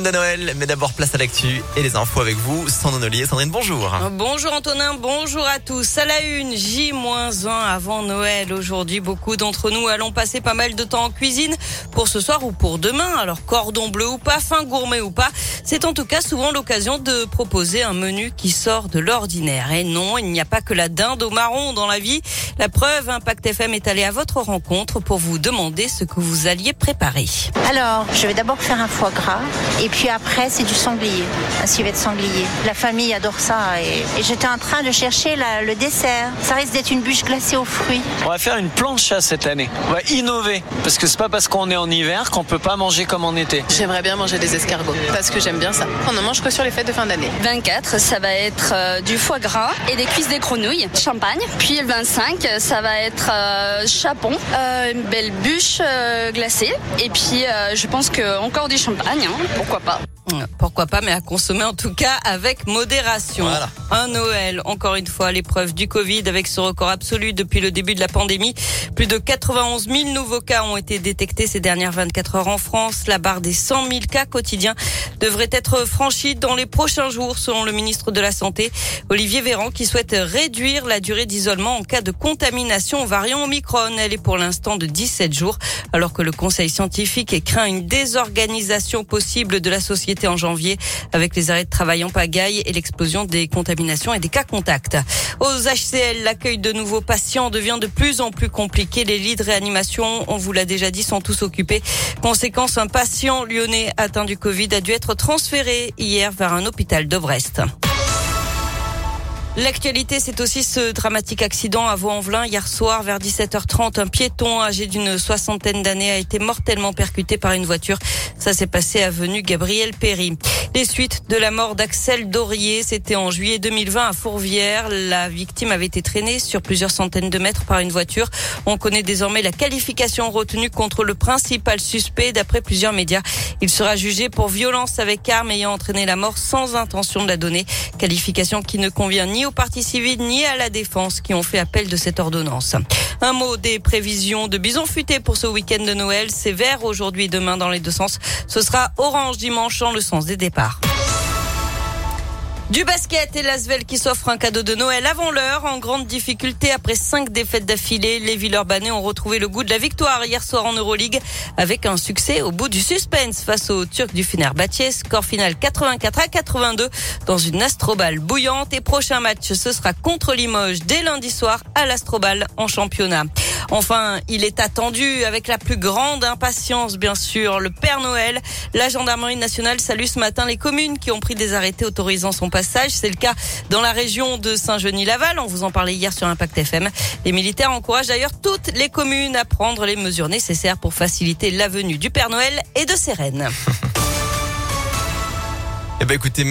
de Noël. Mais d'abord, place à l'actu et les infos avec vous. Sandrine Ollier. Sandrine, bonjour. Bonjour Antonin, bonjour à tous. À la une, J-1 avant Noël. Aujourd'hui, beaucoup d'entre nous allons passer pas mal de temps en cuisine pour ce soir ou pour demain. Alors, cordon bleu ou pas, fin gourmet ou pas, c'est en tout cas souvent l'occasion de proposer un menu qui sort de l'ordinaire. Et non, il n'y a pas que la dinde au marron dans la vie. La preuve, Impact FM est allé à votre rencontre pour vous demander ce que vous alliez préparer. Alors, je vais d'abord faire un foie gras et puis après, c'est du sanglier, un civet de sanglier. La famille adore ça et j'étais en train de chercher le dessert. Ça risque d'être une bûche glacée aux fruits. On va faire une plancha cette année. On va innover parce que c'est pas parce qu'on est en hiver qu'on peut pas manger comme en été. J'aimerais bien manger des escargots parce que j'aime bien ça. On ne mange que sur les fêtes de fin d'année. 24, ça va être du foie gras et des cuisses de grenouille, champagne. Puis le 25, ça va être chapon, une belle bûche glacée. Et puis je pense que encore du champagne, hein, pourquoi pas. Pourquoi pas, mais à consommer en tout cas avec modération. Voilà. Un Noël, encore une fois, l'épreuve du Covid avec ce record absolu depuis le début de la pandémie. Plus de 91 000 nouveaux cas ont été détectés ces dernières 24 heures en France. La barre des 100 000 cas quotidiens devrait être franchie dans les prochains jours, selon le ministre de la Santé, Olivier Véran, qui souhaite réduire la durée d'isolement en cas de contamination au variant Omicron. Elle est pour l'instant de 17 jours, alors que le Conseil scientifique craint une désorganisation possible de la société en janvier avec les arrêts de travail en pagaille et l'explosion des contaminations et des cas contacts. Aux HCL, l'accueil de nouveaux patients devient de plus en plus compliqué. Les lits de réanimation, on vous l'a déjà dit, sont tous occupés. Conséquence, un patient lyonnais atteint du Covid a dû être transféré hier vers un hôpital de Brest. L'actualité, c'est aussi ce dramatique accident à Vaux-en-Velin. Hier soir, vers 17h30, un piéton âgé d'une soixantaine d'années a été mortellement percuté par une voiture. Ça s'est passé avenue Gabriel Péry. Les suites de la mort d'Axel Dorier, c'était en juillet 2020 à Fourvière. La victime avait été traînée sur plusieurs centaines de mètres par une voiture. On connaît désormais la qualification retenue contre le principal suspect. D'après plusieurs médias, il sera jugé pour violence avec arme ayant entraîné la mort sans intention de la donner. Qualification qui ne convient ni aux parties civiles ni à la défense qui ont fait appel de cette ordonnance. Un mot des prévisions de bison futé pour ce week-end de Noël. C'est vert aujourd'hui et demain dans les deux sens. Ce sera orange dimanche dans le sens des départs. Du basket et l'Asvel qui s'offre un cadeau de Noël avant l'heure. En grande difficulté après 5 défaites d'affilée, les Villeurbanais ont retrouvé le goût de la victoire hier soir en Euroleague avec un succès au bout du suspense face aux Turcs du Fenerbahçe. Score final 84-82 dans une Astrobal bouillante. Et prochain match, ce sera contre Limoges dès lundi soir à l'Astrobal en championnat. Enfin, il est attendu avec la plus grande impatience, bien sûr, le Père Noël. La gendarmerie nationale salue ce matin les communes qui ont pris des arrêtés autorisant son passage. C'est le cas dans la région de Saint-Genis-Laval. On vous en parlait hier sur Impact FM. Les militaires encouragent d'ailleurs toutes les communes à prendre les mesures nécessaires pour faciliter la venue du Père Noël et de ses reines. Eh ben, écoutez,